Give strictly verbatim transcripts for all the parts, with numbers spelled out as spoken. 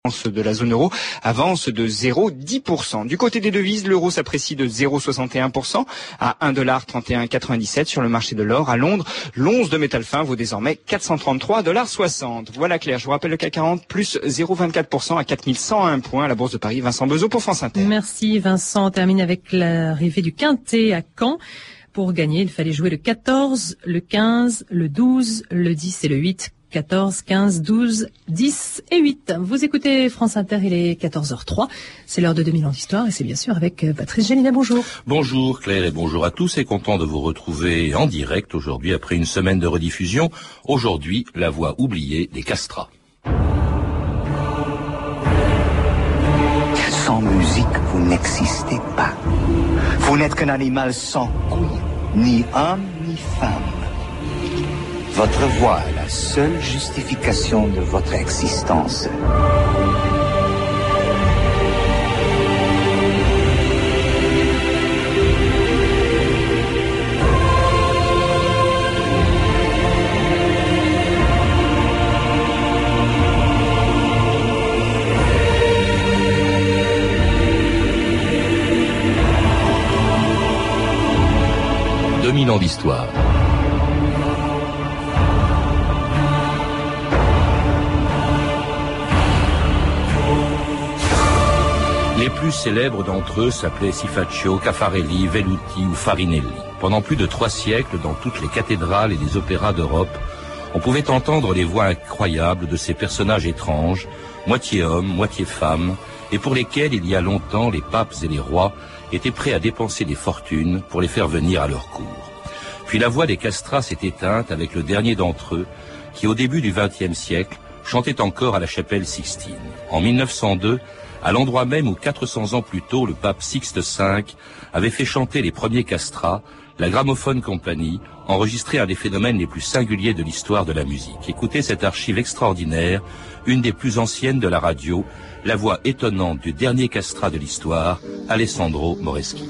de la zone euro avance de zéro virgule dix pour cent. Du côté des devises, l'euro s'apprécie de zéro virgule soixante et un pour cent à un dollar trente et un quatre-vingt-dix-sept sur le marché de l'or. À Londres, l'once de métal fin vaut désormais quatre cent trente-trois dollars soixante. Voilà Claire, je vous rappelle le C A C quarante plus zéro virgule vingt-quatre pour cent à quatre mille cent un points à la Bourse de Paris. Vincent Beuzot pour France Inter. Merci Vincent. On termine avec l'arrivée du Quintet à Caen. Pour gagner, il fallait jouer le quatorze, le quinze, le douze, le dix et le huit. quatorze, quinze, douze, dix et huit. Vous écoutez France Inter, il est quatorze heures trois. C'est l'heure de deux mille ans d'histoire et c'est bien sûr avec Patrice Gélinet. Bonjour. Bonjour Claire et bonjour à tous et content de vous retrouver en direct aujourd'hui après une semaine de rediffusion. Aujourd'hui, la voix oubliée des castrats. Sans musique, vous n'existez pas. Vous n'êtes qu'un animal sans couilles, ni homme ni femme. Votre voix est la seule justification de votre existence. deux mille ans d'histoire. Les plus célèbres d'entre eux s'appelaient Sifaccio, Caffarelli, Velluti ou Farinelli. Pendant plus de trois siècles, dans toutes les cathédrales et les opéras d'Europe, on pouvait entendre les voix incroyables de ces personnages étranges, moitié hommes, moitié femmes, et pour lesquels, il y a longtemps, les papes et les rois étaient prêts à dépenser des fortunes pour les faire venir à leur cour. Puis la voix des castrats s'est éteinte avec le dernier d'entre eux, qui au début du vingtième siècle, chantait encore à la chapelle Sixtine. En mille neuf cent deux, à l'endroit même où quatre cents ans plus tôt, le pape Sixte cinq avait fait chanter les premiers castrats, la Gramophone Company enregistrait un des phénomènes les plus singuliers de l'histoire de la musique. Écoutez cette archive extraordinaire, une des plus anciennes de la radio, la voix étonnante du dernier castrat de l'histoire, Alessandro Moreschi.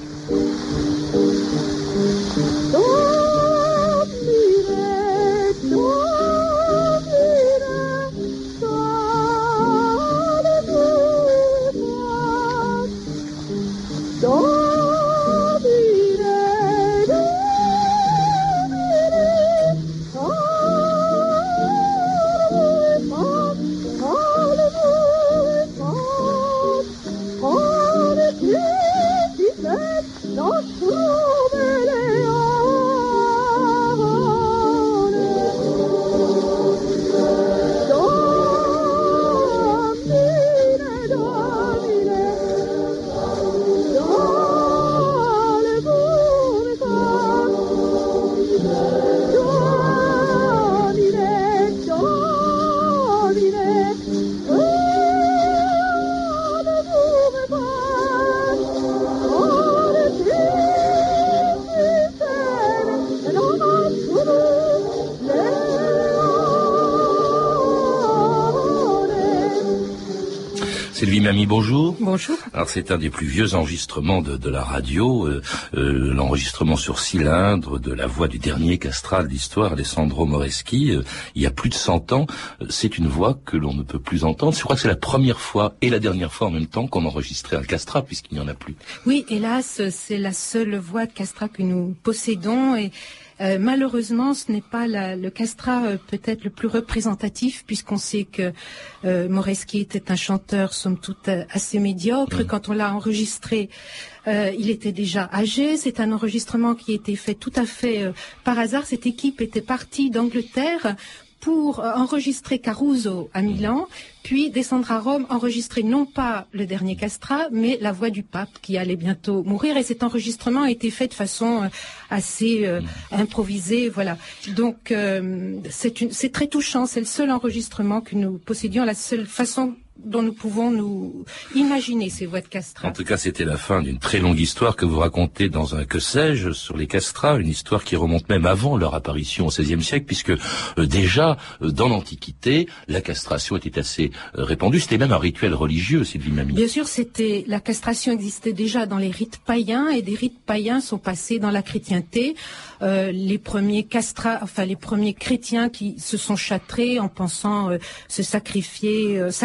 Sylvie Mamie, bonjour. Bonjour. Alors c'est un des plus vieux enregistrements de, de la radio, euh, euh, l'enregistrement sur cylindre de la voix du dernier castrat de l'histoire, Alessandro Moreschi, euh, il y a plus de cent ans. C'est une voix que l'on ne peut plus entendre. Je crois que c'est la première fois et la dernière fois en même temps qu'on enregistrait un castrat, puisqu'il n'y en a plus. Oui, hélas, c'est la seule voix de castrat que nous possédons et Euh, malheureusement, ce n'est pas la, le castrat euh, peut-être le plus représentatif, puisqu'on sait que euh, Moreschi était un chanteur somme toute assez médiocre. Mmh. Quand on l'a enregistré, euh, il était déjà âgé. C'est un enregistrement qui a été fait tout à fait euh, par hasard. Cette équipe était partie d'Angleterre pour enregistrer Caruso à Milan, puis descendre à Rome, enregistrer non pas le dernier castrat, mais la voix du pape qui allait bientôt mourir. Et cet enregistrement a été fait de façon assez euh, improvisée, voilà. Donc euh, c'est une, c'est très touchant. C'est le seul enregistrement que nous possédions, la seule façon dont nous pouvons nous imaginer ces voix de castrats. En tout cas, c'était la fin d'une très longue histoire que vous racontez dans un que sais-je sur les castrats, une histoire qui remonte même avant leur apparition au seizième siècle, puisque euh, déjà euh, dans l'Antiquité, la castration était assez euh, répandue. C'était même un rituel religieux, Sylvie Mamie. Bien sûr, c'était la castration existait déjà dans les rites païens, et des rites païens sont passés dans la chrétienté. Euh, les premiers castrats, enfin les premiers chrétiens qui se sont châtrés en pensant euh, se sacrifier, euh, sacrifier leur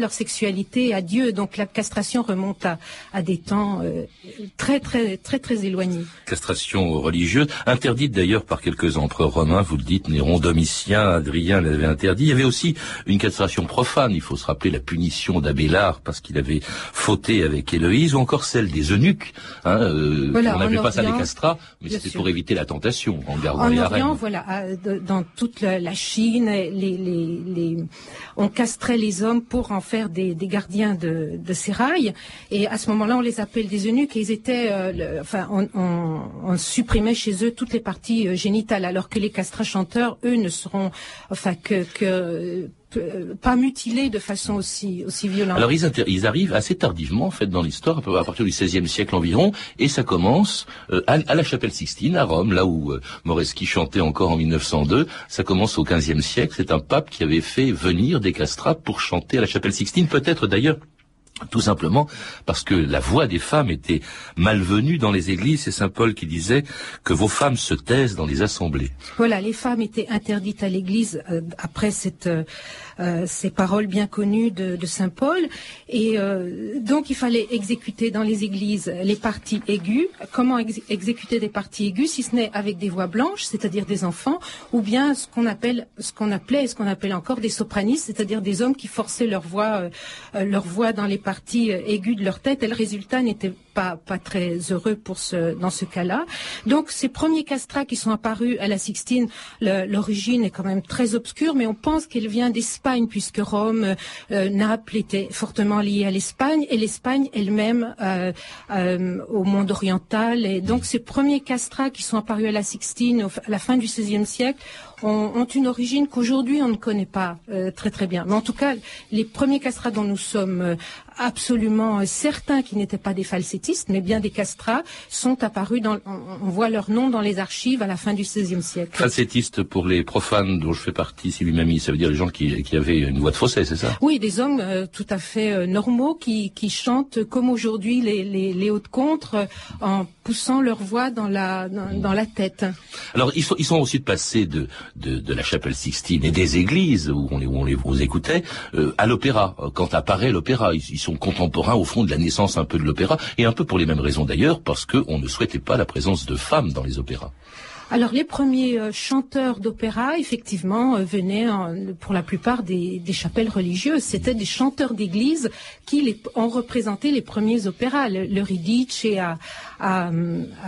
leur sexualité à Dieu. Donc la castration remonte à, à des temps euh, très très très très éloignés. Castration religieuse, interdite d'ailleurs par quelques empereurs romains, vous le dites, Néron, Domitien, Adrien l'avait interdit. Il y avait aussi une castration profane, il faut se rappeler la punition d'Abélard parce qu'il avait fauté avec Héloïse, ou encore celle des eunuques. Hein, euh, voilà, on n'appelait pas Orient, ça des castrats, mais c'était sûr. pour éviter la tentation en gardant En les Orient, harèmes. voilà, dans toute la, la Chine, les, les, les, on castrait les hommes pour en faire des, des gardiens de, de sérail. Et à ce moment-là, on les appelle des eunuques et ils étaient, euh, le, enfin, on, on, on supprimait chez eux toutes les parties euh, génitales, alors que les castrats chanteurs, eux, ne seront, enfin, que, que pas mutilés de façon aussi aussi violente. Alors ils, inter- ils arrivent assez tardivement en fait dans l'histoire, à, peu, à partir du seizième siècle environ, et ça commence euh, à, à la Chapelle Sixtine à Rome, là où euh, Moreschi chantait encore en mille neuf cent deux. Ça commence au quinzième siècle. C'est un pape qui avait fait venir des castrats pour chanter à la Chapelle Sixtine, peut-être d'ailleurs tout simplement parce que la voix des femmes était malvenue dans les églises. C'est saint Paul qui disait que vos femmes se taisent dans les assemblées. Voilà, les femmes étaient interdites à l'église euh, après cette, euh, ces paroles bien connues de, de saint Paul. Et euh, donc il fallait exécuter dans les églises les parties aiguës. Comment ex- exécuter des parties aiguës si ce n'est avec des voix blanches, c'est-à-dire des enfants, ou bien ce qu'on appelle, ce qu'on appelait et ce qu'on appelle encore des sopranistes, c'est-à-dire des hommes qui forçaient leur voix, euh, leur voix dans les parties aiguës de leur tête, et le résultat n'était pas, pas très heureux pour ce, dans ce cas-là. Donc, ces premiers castrats qui sont apparus à la Sixtine, le, l'origine est quand même très obscure, mais on pense qu'elle vient d'Espagne, puisque Rome, euh, Naples était fortement liée à l'Espagne, et l'Espagne elle-même euh, euh, au monde oriental. Et donc, ces premiers castrats qui sont apparus à la Sixtine, au, à la fin du seizième siècle, ont, ont une origine qu'aujourd'hui on ne connaît pas euh, très très bien. Mais en tout cas, les premiers castrats dont nous sommes euh, absolument certains qu'ils n'étaient pas des falsettistes, mais bien des castrats, sont apparus, dans, on, on voit leur nom dans les archives à la fin du seizième siècle. Falsettistes, pour les profanes dont je fais partie, Sylvie Mamie, ça veut dire les gens qui, qui avaient une voix de fausset, c'est ça? Oui, des hommes euh, tout à fait euh, normaux qui, qui chantent comme aujourd'hui les, les, les hautes contres euh, en poussant leur voix dans la, dans, dans la tête. Alors, ils sont, ils sont aussi passés de, de, de la Chapelle Sixtine et des églises où on les, où on les où on les écoutait euh, à l'opéra. Quand apparaît l'opéra, ils, ils sont contemporains au fond de la naissance un peu de l'opéra, et un peu pour les mêmes raisons d'ailleurs, parce qu'on ne souhaitait pas la présence de femmes dans les opéras. Alors les premiers euh, chanteurs d'opéra, effectivement, euh, venaient en, pour la plupart des, des chapelles religieuses. C'était des chanteurs d'église qui les, ont représenté les premiers opéras. Le, le Ridice à, à, à,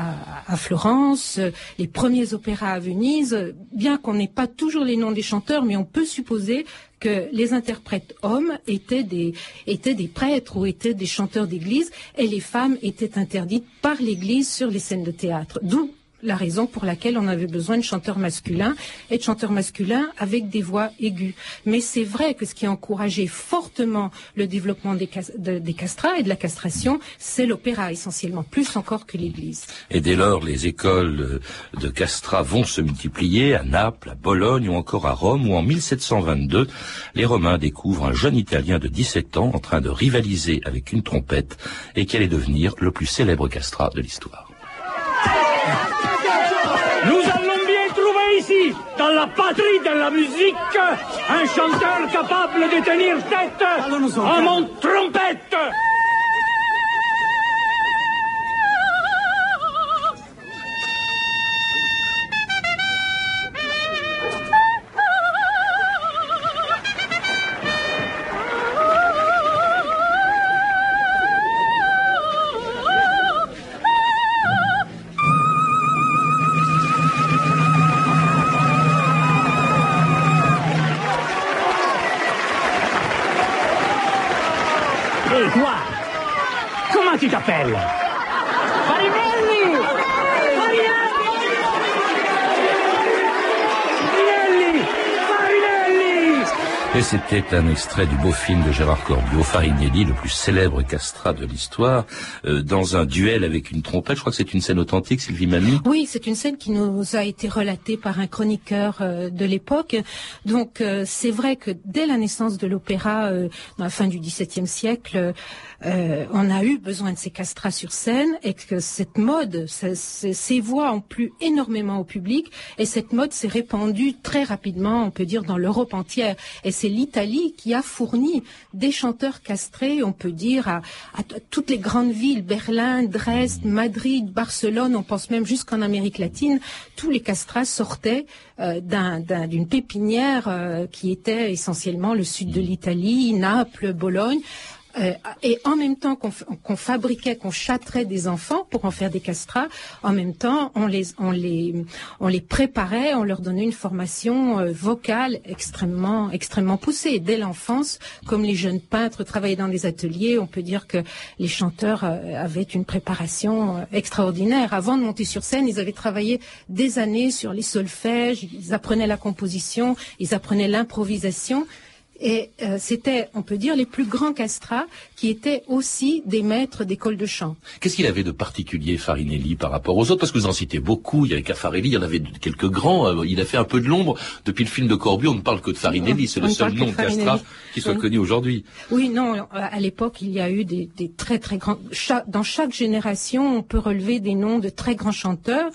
à Florence, euh, les premiers opéras à Venise. Bien qu'on n'ait pas toujours les noms des chanteurs, mais on peut supposer que les interprètes hommes étaient des, étaient des prêtres ou étaient des chanteurs d'église, et les femmes étaient interdites par l'église sur les scènes de théâtre. D'où la raison pour laquelle on avait besoin de chanteurs masculins et de chanteurs masculins avec des voix aiguës. Mais c'est vrai que ce qui a encouragé fortement le développement des, cas, de, des castrats et de la castration, c'est l'opéra essentiellement, plus encore que l'église. Et dès lors, les écoles de castrats vont se multiplier à Naples, à Bologne ou encore à Rome, où en mille sept cent vingt-deux, les Romains découvrent un jeune Italien de dix-sept ans en train de rivaliser avec une trompette et qui allait devenir le plus célèbre castrat de l'histoire. Nous allons bien trouver ici, dans la patrie de la musique, un chanteur capable de tenir tête à mon trompette. Et toi, comment tu t'appelles? Farinelli! Farinelli! Farinelli! Et c'était un extrait du beau film de Gérard Corbiot, Farinelli, le plus célèbre castrat de l'histoire, euh, dans un duel avec une trompette. Je crois que c'est une scène authentique, Sylvie Mamie. Oui, c'est une scène qui nous a été relatée par un chroniqueur euh, de l'époque. Donc euh, c'est vrai que dès la naissance de l'opéra, euh, dans la fin du dix-septième siècle, euh, on a eu besoin de ces castrats sur scène, et que cette mode, ces, ces voix ont plu énormément au public, et cette mode s'est répandue très rapidement, on peut dire, dans l'Europe entière. Et c'est l'Italie qui a fourni des chanteurs castrés, on peut dire, à, à toutes les grandes villes, Berlin, Dresde, Madrid, Barcelone, on pense même jusqu'en Amérique latine, tous les castrats sortaient euh, d'un, d'un, d'une pépinière euh, qui était essentiellement le sud de l'Italie, Naples, Bologne. Euh, et en même temps qu'on, qu'on fabriquait, qu'on châtrait des enfants pour en faire des castrats, en même temps on les, on les, on les préparait, on leur donnait une formation euh, vocale extrêmement, extrêmement poussée. Dès l'enfance, comme les jeunes peintres travaillaient dans des ateliers, on peut dire que les chanteurs euh, avaient une préparation euh, extraordinaire. Avant de monter sur scène, ils avaient travaillé des années sur les solfèges, ils apprenaient la composition, ils apprenaient l'improvisation. Et euh, c'était, on peut dire, les plus grands castrats qui étaient aussi des maîtres d'école de chant. Qu'est-ce qu'il avait de particulier, Farinelli, par rapport aux autres? Parce que vous en citez beaucoup, il y avait Caffarelli, il y en avait quelques grands, euh, il a fait un peu de l'ombre. Depuis le film de Corbu, on ne parle que de Farinelli, c'est le seul nom de castrat qui soit oui. connu aujourd'hui. Oui, non, à l'époque, il y a eu des, des très très grands... Cha- dans chaque génération, on peut relever des noms de très grands chanteurs.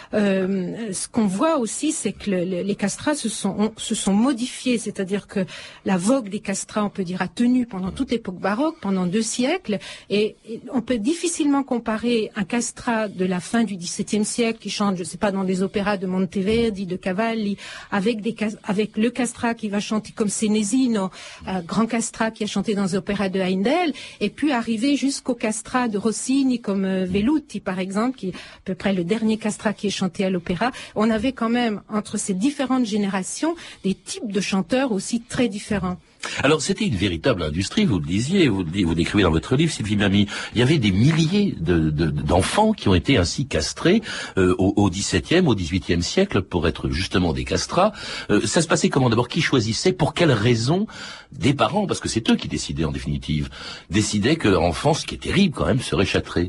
Euh, ce qu'on voit aussi, c'est que le, le, les castrats se sont, on, se sont modifiés, c'est-à-dire que la vogue des castrats, on peut dire, a tenu pendant toute l'époque baroque, pendant deux siècles, et, et on peut difficilement comparer un castrat de la fin du dix-septième siècle qui chante, je sais pas, dans des opéras de Monteverdi, de Cavalli, avec des avec le castrat qui va chanter comme Senesino, euh, grand castrat qui a chanté dans les opéras de Haendel, et puis arriver jusqu'au castrat de Rossini comme euh, Velluti, par exemple, qui est à peu près le dernier castrat qui est chanté à l'opéra. On avait quand même, entre ces différentes générations, des types de chanteurs aussi très différents. Alors, c'était une véritable industrie, vous le disiez, vous, vous décrivez dans votre livre, Sylvie Mamie. Il y avait des milliers de, de, d'enfants qui ont été ainsi castrés euh, au, au dix-septième, au dix-huitième siècle pour être justement des castrats. Euh, ça se passait comment? D'abord, qui choisissait? Pour quelles raisons? Des parents, parce que c'est eux qui décidaient en définitive, décidaient que leur enfant, ce qui est terrible quand même, serait châtré.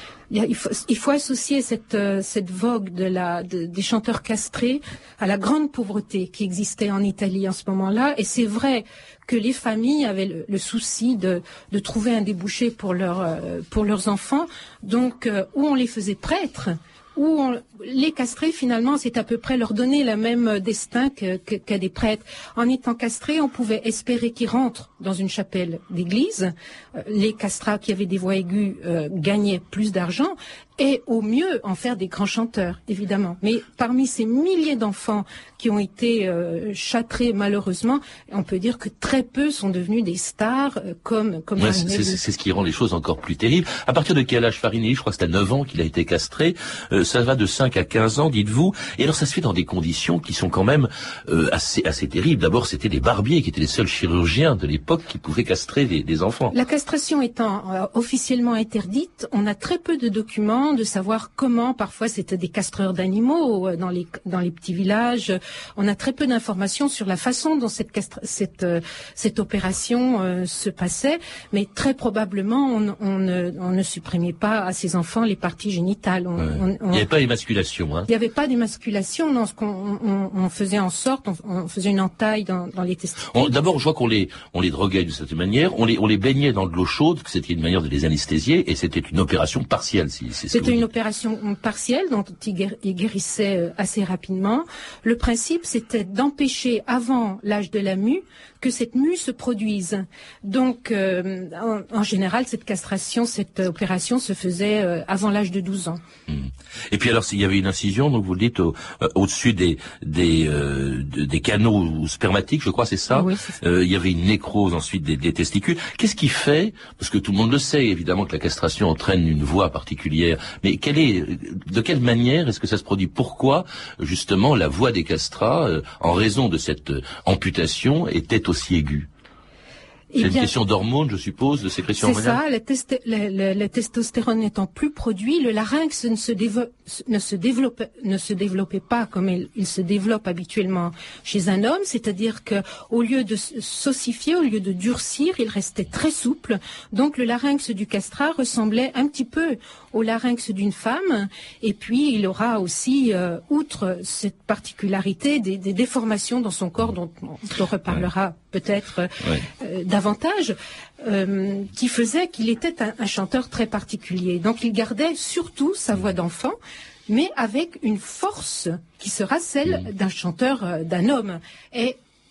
Il faut, il faut associer cette, cette vogue de la, de, des chanteurs castrés à la grande pauvreté qui existait en Italie en ce moment-là. Et c'est vrai que les familles avaient le, le souci de, de trouver un débouché pour, leur, pour leurs enfants. Donc, euh, où on les faisait prêtres, où on, les castrés, finalement, c'est à peu près leur donner le même destin que, que, qu'à des prêtres. En étant castrés, on pouvait espérer qu'ils rentrent dans une chapelle d'église. Les castrats qui avaient des voix aiguës euh, gagnaient plus d'argent et au mieux en faire des grands chanteurs, évidemment. Mais parmi ces milliers d'enfants qui ont été euh, châtrés, malheureusement, on peut dire que très peu sont devenus des stars euh, comme comme ouais, c'est, c'est, c'est ce qui rend les choses encore plus terribles. À partir de quel âge Farinelli? Je crois que c'est à neuf ans qu'il a été castré. Euh, ça va de cinq à quinze ans, dites-vous. Et alors ça se fait dans des conditions qui sont quand même euh, assez assez terribles. D'abord, c'était des barbiers qui étaient les seuls chirurgiens de l'époque qui pouvaient castrer des, des enfants. La castration étant euh, officiellement interdite, on a très peu de documents de savoir comment, parfois c'était des castreurs d'animaux euh, dans les dans les petits villages. On a très peu d'informations sur la façon dont cette castra- cette euh, cette opération euh, se passait, mais très probablement on, on ne on ne supprimait pas à ces enfants les parties génitales. On, ouais. on, on, il n'y avait pas d'émasculation, hein. Il n'y avait pas d'émasculation. Non, ce qu'on on, on faisait en sorte, on, on faisait une entaille dans, dans les testicules. On, d'abord, je vois qu'on les on les droguait de cette manière, on les on les baignait dans de l'eau chaude, c'était une manière de les anesthésier, et c'était une opération partielle. Si, c'est ce c'était une opération partielle dont ils guérissaient assez rapidement. Le principe, c'était d'empêcher avant l'âge de la mue que cette mue se produise. Donc, euh, en, en général, cette castration, cette opération se faisait euh, avant l'âge de douze ans. Mmh. Et puis alors, s'il y avait une incision, donc vous le dites, au, euh, au-dessus des des, euh, des canaux spermatiques, je crois, c'est ça. Oui, c'est ça. Euh, il y avait une nécrose ensuite des, des testicules. Qu'est-ce qui fait, parce que tout le monde le sait, évidemment, que la castration entraîne une voix particulière, mais quelle est, de quelle manière est-ce que ça se produit? Pourquoi, justement, la voix des castrats, euh, en raison de cette euh, amputation, était aussi aiguë? C'est eh une question d'hormones, je suppose, de sécrétion hormonale. C'est ça, le, test- le, le, le testostérone n'étant plus produit, le larynx ne se, dévo- ne se, développe, ne se développait pas comme il, il se développe habituellement chez un homme, c'est-à-dire que au lieu de s'ossifier, au lieu de durcir, il restait très souple. Donc le larynx du castrat ressemblait un petit peu au larynx d'une femme, et puis il aura aussi, euh, outre cette particularité, des, des déformations dans son corps dont on reparlera ouais. peut-être ouais. euh, davantage, euh, qui faisait qu'il était un, un chanteur très particulier. Donc il gardait surtout sa voix d'enfant, mais avec une force qui sera celle d'un chanteur, euh, d'un homme. Et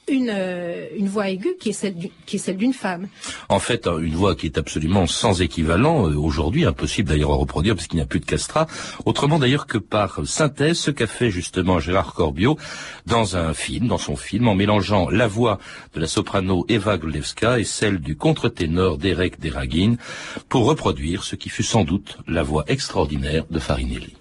une, euh, une voix aiguë qui est celle du, qui est celle d'une femme. En fait, une voix qui est absolument sans équivalent, euh, aujourd'hui, impossible d'ailleurs à reproduire parce qu'il n'y a plus de castrat, autrement d'ailleurs que par synthèse, ce qu'a fait justement Gérard Corbiot dans un film, dans son film, en mélangeant la voix de la soprano Eva Grudevska et celle du contre-ténor Derek Deragin pour reproduire ce qui fut sans doute la voix extraordinaire de Farinelli.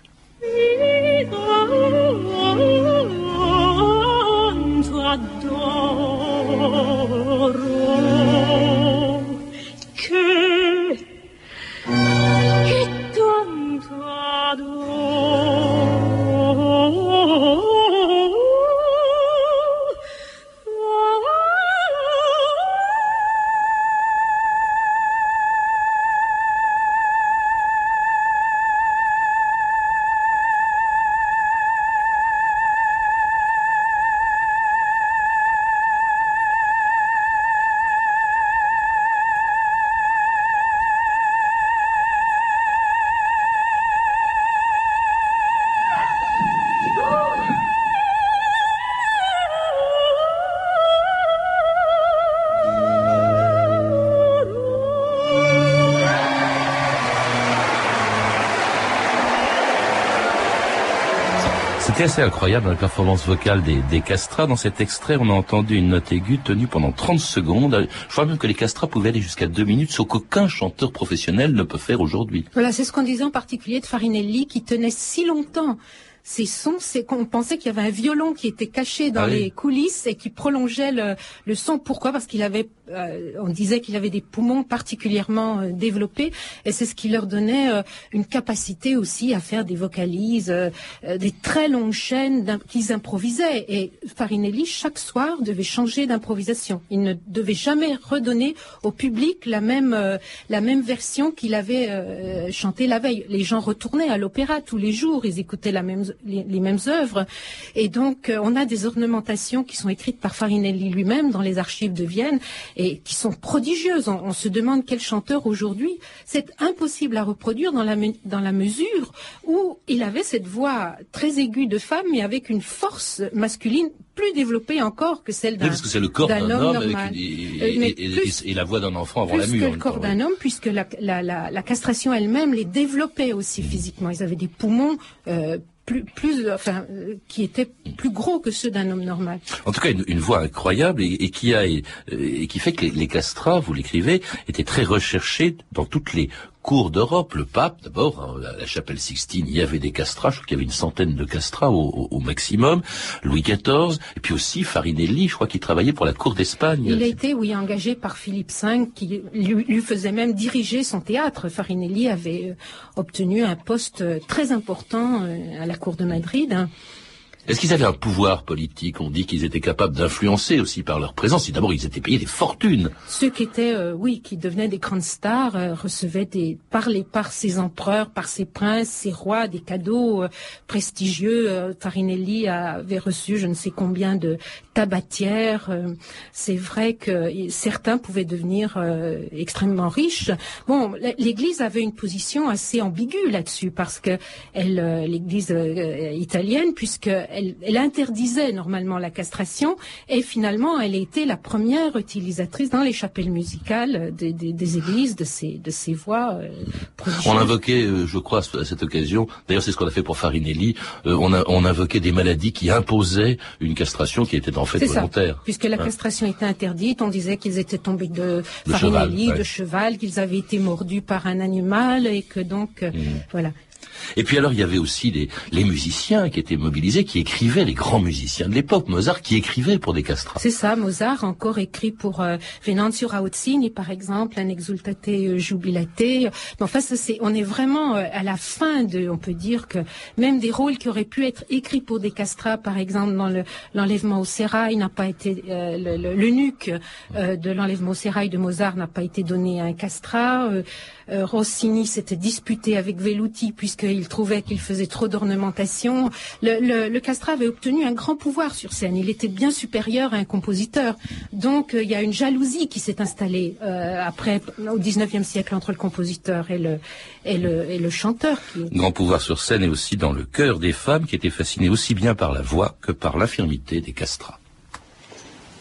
C'était assez incroyable dans la performance vocale des, des castrats. Dans cet extrait, on a entendu une note aiguë tenue pendant trente secondes. Je crois même que les castrats pouvaient aller jusqu'à deux minutes, ce qu'aucun chanteur professionnel ne peut faire aujourd'hui. Voilà, c'est ce qu'on disait en particulier de Farinelli, qui tenait si longtemps ces sons, c'est qu'on pensait qu'il y avait un violon qui était caché dans ah oui. les coulisses et qui prolongeait le, le son. Pourquoi ? Parce qu'il avait, euh, on disait qu'il avait des poumons particulièrement euh, développés, et c'est ce qui leur donnait euh, une capacité aussi à faire des vocalises, euh, euh, des très longues chaînes qu'ils improvisaient. Et Farinelli, chaque soir, devait changer d'improvisation. Il ne devait jamais redonner au public la même, euh, la même version qu'il avait euh, chantée la veille. Les gens retournaient à l'opéra tous les jours, ils écoutaient la même Les, les mêmes œuvres, et donc euh, on a des ornementations qui sont écrites par Farinelli lui-même dans les archives de Vienne et qui sont prodigieuses. On, on se demande quel chanteur aujourd'hui, c'est impossible à reproduire dans la, dans la mesure où il avait cette voix très aiguë de femme, mais avec une force masculine plus développée encore que celle d'un, oui, parce que c'est le corps d'un, d'un homme, homme avec une, et, euh, et, plus, et, et la voix d'un enfant avant la mue. Plus que le corps d'un homme, puisque la, la, la, la castration elle-même les développait aussi physiquement. Ils avaient des poumons euh, Plus, plus, enfin, euh, qui étaient plus gros que ceux d'un homme normal. En tout cas, une, une voix incroyable et, et qui a et, et qui fait que les, les castrats, vous l'écrivez, étaient très recherchés dans toutes les cours d'Europe. Le pape, d'abord, à la chapelle Sixtine, il y avait des castrats, je crois qu'il y avait une centaine de castrats au, au, au maximum. Louis quatorze, et puis aussi Farinelli, je crois qu'il travaillait pour la cour d'Espagne. Il a été, oui, engagé par Philippe cinq, qui lui, lui faisait même diriger son théâtre. Farinelli avait euh, obtenu un poste très important euh, à la cour de Madrid. Hein. Est-ce qu'ils avaient un pouvoir politique ? On dit qu'ils étaient capables d'influencer aussi par leur présence. Et d'abord, ils étaient payés des fortunes. Ceux qui étaient, euh, oui, qui devenaient des grandes stars, euh, recevaient des, par les, par ces empereurs, par ces princes, ces rois, des cadeaux euh, prestigieux. Euh, Farinelli avait reçu je ne sais combien de tabatières. Euh, c'est vrai que certains pouvaient devenir euh, extrêmement riches. Bon, l'Église avait une position assez ambiguë là-dessus, parce que elle, euh, l'Église euh, italienne, puisque Elle, elle interdisait normalement la castration, et finalement elle était la première utilisatrice dans les chapelles musicales des, des, des églises de ces, de ces voix euh, prodigieuses. On invoquait, euh, je crois, à cette occasion, d'ailleurs c'est ce qu'on a fait pour Farinelli, euh, on, a, on invoquait des maladies qui imposaient une castration qui était en fait c'est volontaire. Ça, puisque la hein. castration était interdite, on disait qu'ils étaient tombés de, de Farinelli, cheval, ouais. de cheval, qu'ils avaient été mordus par un animal, et que donc, euh, mmh. voilà. Et puis alors, il y avait aussi les, les musiciens qui étaient mobilisés, qui écrivaient, les grands musiciens de l'époque, Mozart, qui écrivait pour des castrats. C'est ça, Mozart encore écrit pour euh, Venanzio Rauzzini, par exemple, un Exultate euh, Jubilate. Mais enfin, ça, c'est, on est vraiment euh, à la fin de, on peut dire que même des rôles qui auraient pu être écrits pour des castrats, par exemple, dans le, l'enlèvement au sérail, n'a pas été, euh, le, le, l'eunuque euh, de l'enlèvement au sérail de Mozart n'a pas été donné à un castrat. Euh, euh, Rossini s'était disputé avec Velluti, puisqu'il trouvait qu'il faisait trop d'ornementation. Le, le, le castrat avait obtenu un grand pouvoir sur scène. Il était bien supérieur à un compositeur. Donc, euh, il y a une jalousie qui s'est installée euh, après, au dix-neuvième siècle, entre le compositeur et le, et le, et le chanteur. Qui... Grand pouvoir sur scène et aussi dans le cœur des femmes qui étaient fascinées aussi bien par la voix que par l'infirmité des castrats.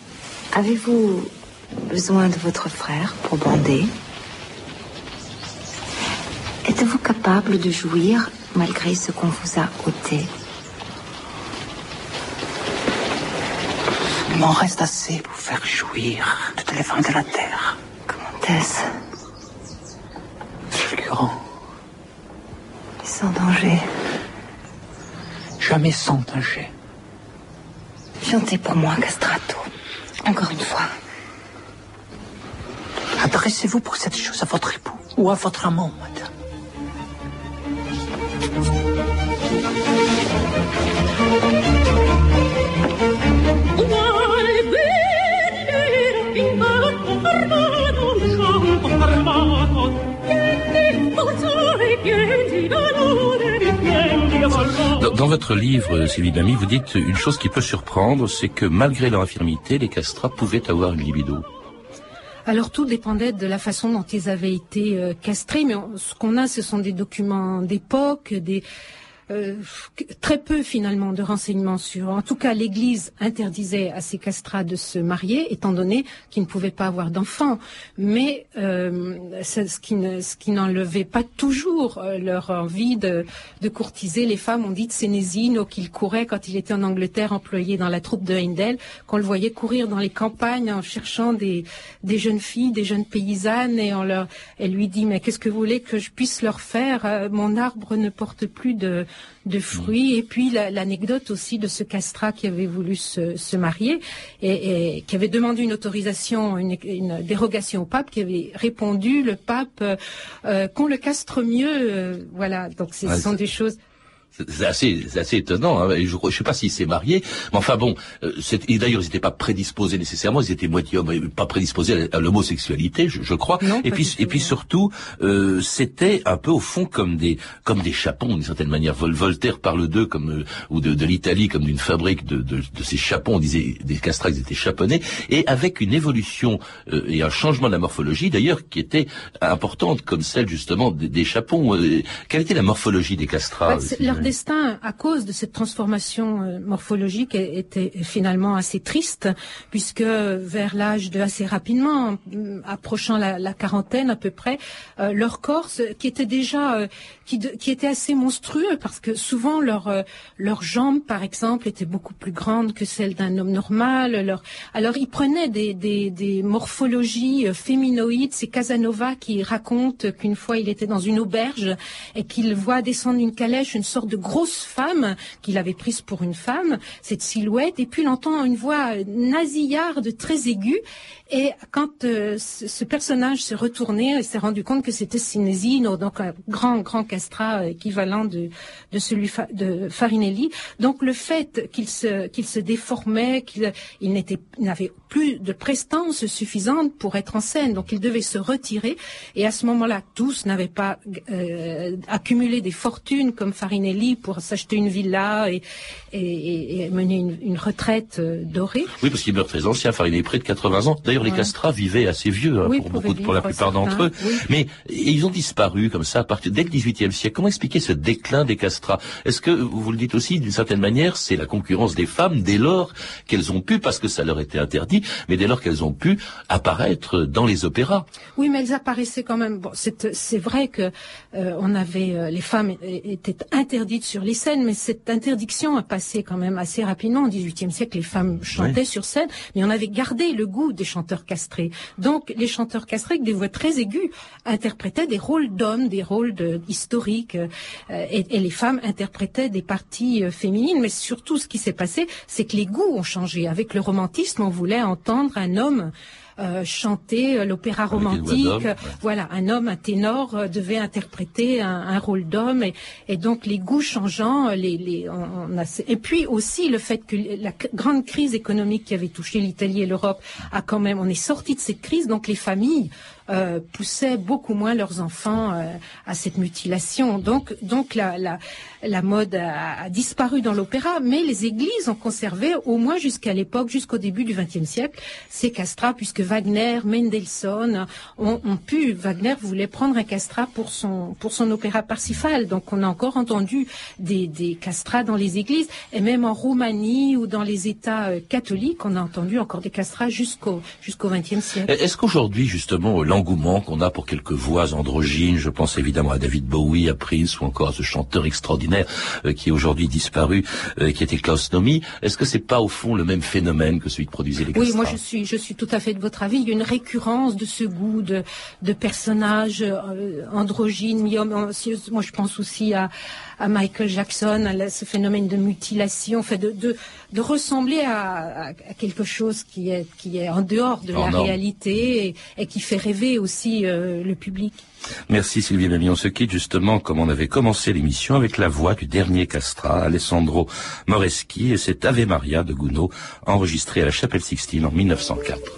Avez-vous besoin de votre frère pour bander? Êtes-vous capable de jouir malgré ce qu'on vous a ôté? Il m'en reste assez pour faire jouir toutes les femmes de la terre. Comment est-ce? Fulgurant. Et sans danger. Jamais sans danger. Chantez pour moi, Castrato. Encore une fois. Adressez-vous pour cette chose à votre époux ou à votre amant, madame. Dans, dans votre livre, Sylvie Bamy, vous dites une chose qui peut surprendre, c'est que malgré leur infirmité, les castrats pouvaient avoir une libido. Alors tout dépendait de la façon dont ils avaient été euh, castrés, mais on, ce qu'on a, ce sont des documents d'époque, des euh, très peu finalement de renseignements sur. En tout cas, l'Église interdisait à ces castrats de se marier, étant donné qu'ils ne pouvaient pas avoir d'enfants. Mais euh, ce qui ne, ce qui n'enlevait pas toujours euh, leur envie de, de courtiser les femmes. On dit de Sénésine qu'il courait quand il était en Angleterre, employé dans la troupe de Heindel, qu'on le voyait courir dans les campagnes en cherchant des, des jeunes filles, des jeunes paysannes, et on leur, elle lui dit mais qu'est-ce que vous voulez que je puisse leur faire? Mon arbre ne porte plus de de fruits. Et puis la, l'anecdote aussi de ce castrat qui avait voulu se, se marier et, et qui avait demandé une autorisation, une, une dérogation au pape, qui avait répondu le pape euh, qu'on le castre mieux. Euh, voilà, donc ce sont des choses. C'est assez, c'est assez étonnant. Hein. Je ne sais pas s'il s'est marié, mais enfin bon. Euh, c'est, et d'ailleurs, ils n'étaient pas prédisposés nécessairement. Ils étaient moitié hommes, pas prédisposés à, à l'homosexualité, je, je crois. Non, et puis, et puis surtout, euh, c'était un peu au fond comme des, comme des chapons d'une certaine manière. Vol, Voltaire parle d'eux comme euh, ou de, de l'Italie comme d'une fabrique de, de, de ces chapons. On disait des castrats, ils étaient chaponnés, et avec une évolution euh, et un changement de la morphologie, d'ailleurs, qui était importante, comme celle justement des, des chapons. Euh, quelle était la morphologie des castrats? Bah, leur destin, à cause de cette transformation euh, morphologique, était finalement assez triste, puisque vers l'âge de assez rapidement, approchant la, la quarantaine à peu près, euh, leur corps, qui était déjà, euh, qui, de, qui était assez monstrueux, parce que souvent leur, euh, leurs jambes, par exemple, étaient beaucoup plus grandes que celles d'un homme normal. Leur... Alors ils prenaient des, des, des morphologies euh, féminoïdes. C'est Casanova qui raconte qu'une fois il était dans une auberge et qu'il voit descendre une calèche une sorte de grosse femme qu'il avait prise pour une femme, cette silhouette, et puis il entend une voix nasillarde très aiguë, et quand euh, ce, ce personnage s'est retourné, il s'est rendu compte que c'était Sinesino, donc un grand grand castrat équivalent de de celui fa- de Farinelli. Donc le fait qu'il se qu'il se déformait, qu'il il n'était il n'avait plus de prestance suffisante pour être en scène, donc il devait se retirer, et à ce moment-là, tous n'avaient pas euh, accumulé des fortunes comme Farinelli pour s'acheter une villa et, et, et mener une, une retraite euh, dorée. Oui, parce qu'il meurt très ancien, Farinelli, près de quatre-vingts ans. D'ailleurs, les ouais. castrats vivaient assez vieux, hein, oui, pour, beaucoup, vivre, pour la plupart certains, d'entre eux. Oui. Mais et ils ont disparu comme ça à partir dès le dix-huitième siècle. Comment expliquer ce déclin des castrats? Est-ce que, vous le dites aussi, d'une certaine manière, c'est la concurrence des femmes dès lors qu'elles ont pu, parce que ça leur était interdit, mais dès lors qu'elles ont pu apparaître dans les opéras? Oui, mais elles apparaissaient quand même. Bon, c'est, c'est vrai que euh, on avait euh, les femmes étaient interdites sur les scènes, mais cette interdiction a passé quand même assez rapidement. Au dix-huitième siècle, les femmes chantaient oui. sur scène, mais on avait gardé le goût des chanteurs castrés. Donc, les chanteurs castrés, avec des voix très aiguës, interprétaient des rôles d'hommes, des rôles de, historiques, euh, et, et les femmes interprétaient des parties euh, féminines. Mais surtout, ce qui s'est passé, c'est que les goûts ont changé. Avec le romantisme, on voulait entendre un homme Euh, chanter euh, l'opéra romantique. Ouais. Voilà, un homme, un ténor euh, devait interpréter un, un rôle d'homme, et, et donc les goûts changeant, les, les, on, on a, et puis aussi le fait que la grande crise économique qui avait touché l'Italie et l'Europe a quand même, on est sorti de cette crise, donc les familles euh, poussaient beaucoup moins leurs enfants euh, à cette mutilation. Donc, donc la, la, la mode a, a disparu dans l'opéra, mais les églises ont conservé, au moins jusqu'à l'époque, jusqu'au début du vingtième siècle, ces castrats, puisque Wagner, Mendelssohn ont, ont pu. Wagner voulait prendre un castrat pour son pour son opéra Parsifal. Donc, on a encore entendu des, des castrats dans les églises, et même en Roumanie ou dans les États euh, catholiques, on a entendu encore des castrats jusqu'au jusqu'au vingtième siècle. Est-ce qu'aujourd'hui, justement, l'engouement qu'on a pour quelques voix androgynes, je pense évidemment à David Bowie, à Prince ou encore à ce chanteur extraordinaire euh, qui est aujourd'hui disparu, euh, qui était Klaus Nomi, est-ce que c'est pas au fond le même phénomène que celui que produisaient les castrats? Oui, moi je suis je suis tout à fait de votre avis. Il y a une récurrence de ce goût de de personnages euh, androgynes. Moi je pense aussi à à Michael Jackson, à ce phénomène de mutilation, fait de, de, de ressembler à, à, à quelque chose qui est, qui est en dehors de oh la non. réalité et, et qui fait rêver aussi euh, le public. Merci Sylvie Mamie. On se quitte justement comme on avait commencé l'émission avec la voix du dernier castrat, Alessandro Moreschi, et cet Ave Maria de Gounod, enregistré à la Chapelle Sixtine en mille neuf cent quatre.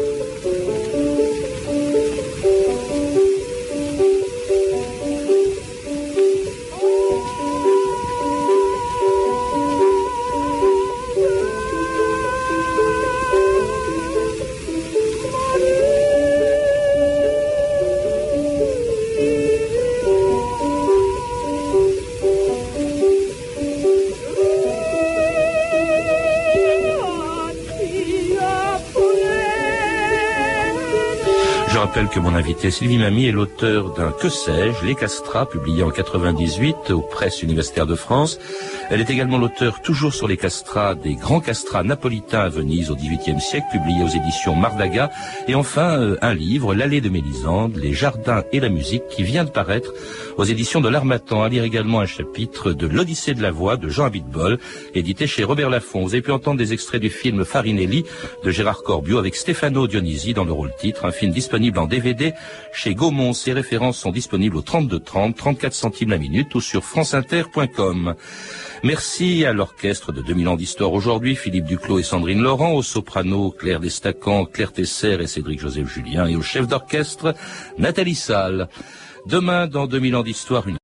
Je rappelle que mon invité Sylvie Mamie est l'auteur d'un Que sais-je, Les castrats, publié en quatre-vingt-dix-huit aux presses universitaires de France. Elle est également l'auteur, toujours sur les castrats, des grands castrats napolitains à Venise au dix-huitième siècle, publié aux éditions Mardaga. Et enfin, euh, un livre, L'allée de Mélisande, Les jardins et la musique, qui vient de paraître aux éditions de l'Harmattan. À lire également un chapitre de L'Odyssée de la voix de Jean Abitbol, édité chez Robert Laffont. Vous avez pu entendre des extraits du film Farinelli de Gérard Corbiot avec Stefano Dionisi dans le rôle titre, un film disponible en D V D chez Gaumont. Ces références sont disponibles au trente-deux trente, trente-quatre centimes la minute ou sur franceinter point com. Merci à l'orchestre de deux mille ans d'histoire aujourd'hui, Philippe Duclos et Sandrine Laurent, aux sopranos Claire Destacan, Claire Tesser et Cédric-Joseph Julien, et au chef d'orchestre Nathalie Salle. Demain, dans deux mille ans d'histoire, une